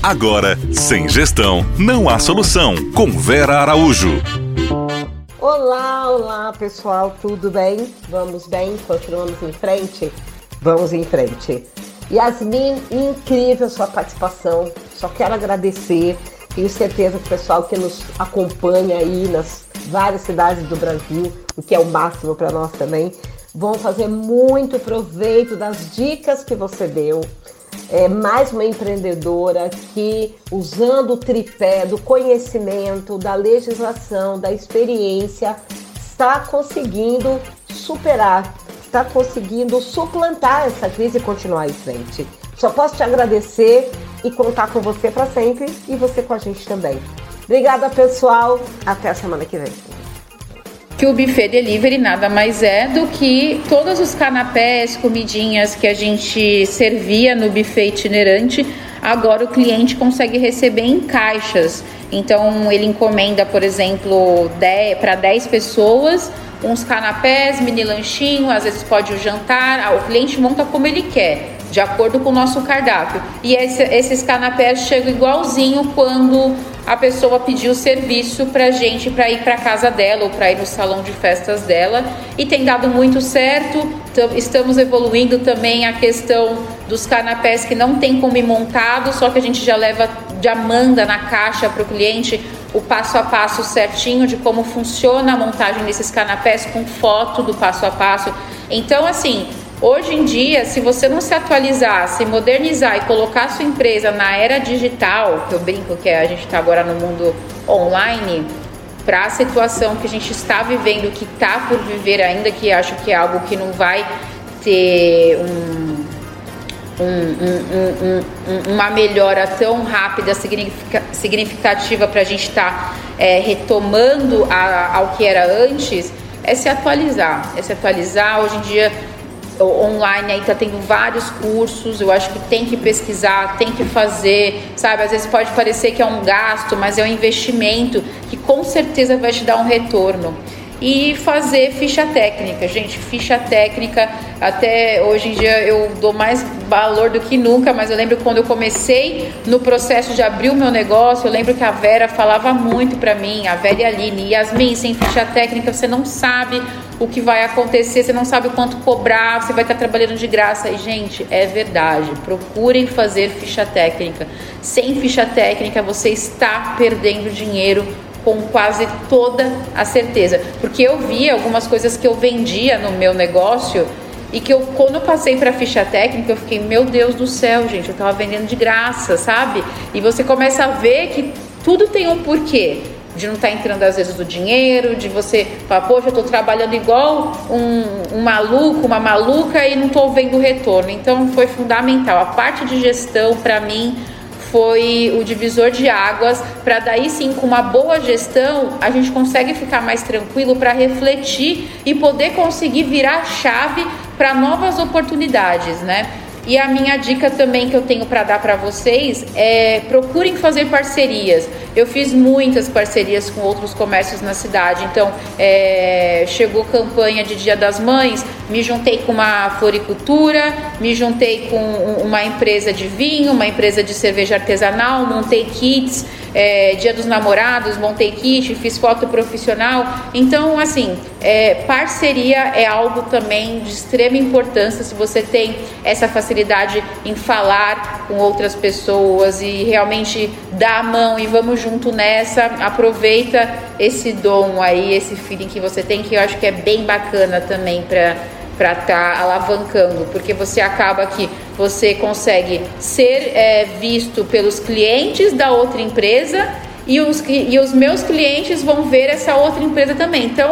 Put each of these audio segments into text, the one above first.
Agora, sem gestão, não há solução. Com Vera Araújo. Olá pessoal, tudo bem? Vamos bem? Continuamos em frente? Vamos em frente. Yasmin, incrível sua participação, só quero agradecer. Tenho certeza que o pessoal que nos acompanha aí nas várias cidades do Brasil, o que é o máximo para nós também, vão fazer muito proveito das dicas que você deu. É mais uma empreendedora que, usando o tripé do conhecimento, da legislação, da experiência, está conseguindo superar, está conseguindo suplantar essa crise e continuar em frente. Só posso te agradecer e contar com você para sempre e você com a gente também. Obrigada, pessoal. Até a semana que vem. Que o buffet delivery nada mais é do que todos os canapés, comidinhas que a gente servia no buffet itinerante, agora o cliente consegue receber em caixas. Então ele encomenda, por exemplo, para 10 pessoas, uns canapés, mini lanchinho, às vezes pode o jantar, o cliente monta como ele quer, de acordo com o nosso cardápio. E esses canapés chegam igualzinho quando a pessoa pediu o serviço pra gente, para ir pra casa dela ou para ir no salão de festas dela, e tem dado muito certo. Estamos evoluindo também a questão dos canapés que não tem como ir montado, só que a gente já manda na caixa para o cliente o passo a passo certinho de como funciona a montagem desses canapés, com foto do passo a passo. Então, assim, hoje em dia, se você não se atualizar, se modernizar e colocar a sua empresa na era digital, que eu brinco que a gente está agora no mundo online, para a situação que a gente está vivendo, que está por viver ainda, que acho que é algo que não vai ter uma melhora tão rápida, significativa para a gente estar retomando ao que era antes, é se atualizar. Hoje em dia, online aí tá tendo vários cursos, eu acho que tem que pesquisar, tem que fazer, sabe? Às vezes pode parecer que é um gasto, mas é um investimento que com certeza vai te dar um retorno. E fazer ficha técnica, gente, ficha técnica, até hoje em dia eu dou mais valor do que nunca, mas eu lembro quando eu comecei no processo de abrir o meu negócio, eu lembro que a Vera falava muito pra mim, a Vera e a Aline: Yasmin, sem ficha técnica você não sabe o que vai acontecer, você não sabe o quanto cobrar, você vai estar trabalhando de graça. E, gente, é verdade, procurem fazer ficha técnica. Sem ficha técnica você está perdendo dinheiro, com quase toda a certeza, porque eu vi algumas coisas que eu vendia no meu negócio e que quando eu passei para ficha técnica, eu fiquei, meu Deus do céu, gente, eu estava vendendo de graça, sabe? E você começa a ver que tudo tem um porquê, de não estar entrando às vezes do dinheiro, de você falar, poxa, eu estou trabalhando igual um maluco, uma maluca e não estou vendo retorno. Então foi fundamental. A parte de gestão, para mim, foi o divisor de águas, para daí sim, com uma boa gestão, a gente consegue ficar mais tranquilo para refletir e poder conseguir virar chave para novas oportunidades, né? E a minha dica também que eu tenho para dar para vocês é: procurem fazer parcerias. Eu fiz muitas parcerias com outros comércios na cidade. Então, chegou campanha de Dia das Mães, me juntei com uma floricultura, me juntei com uma empresa de vinho, uma empresa de cerveja artesanal, montei kits. Dia dos Namorados, montei kit, fiz foto profissional. Então, assim, parceria é algo também de extrema importância. Se você tem essa facilidade em falar com outras pessoas e realmente dar a mão e vamos junto nessa, aproveita esse dom aí, esse feeling que você tem, que eu acho que é bem bacana também para estar alavancando, porque você acaba que você consegue ser visto pelos clientes da outra empresa e os meus clientes vão ver essa outra empresa também. Então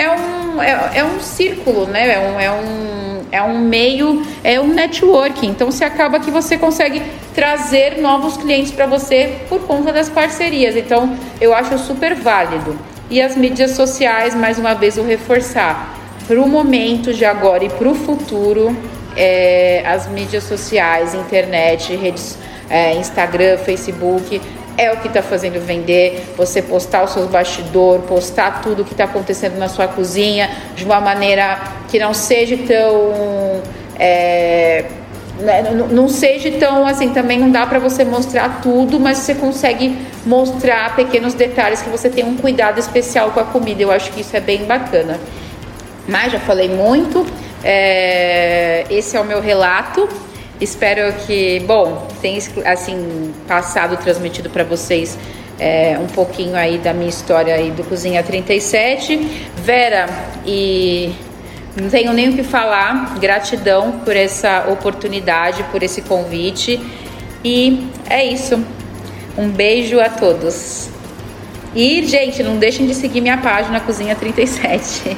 é um círculo, né? É um meio, é um networking. Então você acaba que você consegue trazer novos clientes para você por conta das parcerias. Então eu acho super válido. E as mídias sociais, mais uma vez, vou reforçar. Para o momento de agora e para o futuro, as mídias sociais, internet, redes, Instagram, Facebook, é o que está fazendo vender. Você postar o seu bastidor, postar tudo o que está acontecendo na sua cozinha de uma maneira que não seja tão não seja tão assim, também não dá para você mostrar tudo, mas você consegue mostrar pequenos detalhes que você tem um cuidado especial com a comida. Eu acho que isso é bem bacana. Mas já falei muito, esse é o meu relato. Espero que, tenha assim, passado, transmitido para vocês um pouquinho aí da minha história aí do Cozinha 37. Vera, e não tenho nem o que falar, gratidão por essa oportunidade, por esse convite. E é isso. Um beijo a todos. E, gente, não deixem de seguir minha página Cozinha 37.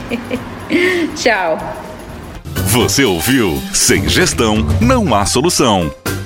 Tchau. Você ouviu Sem Gestão Não Há Solução.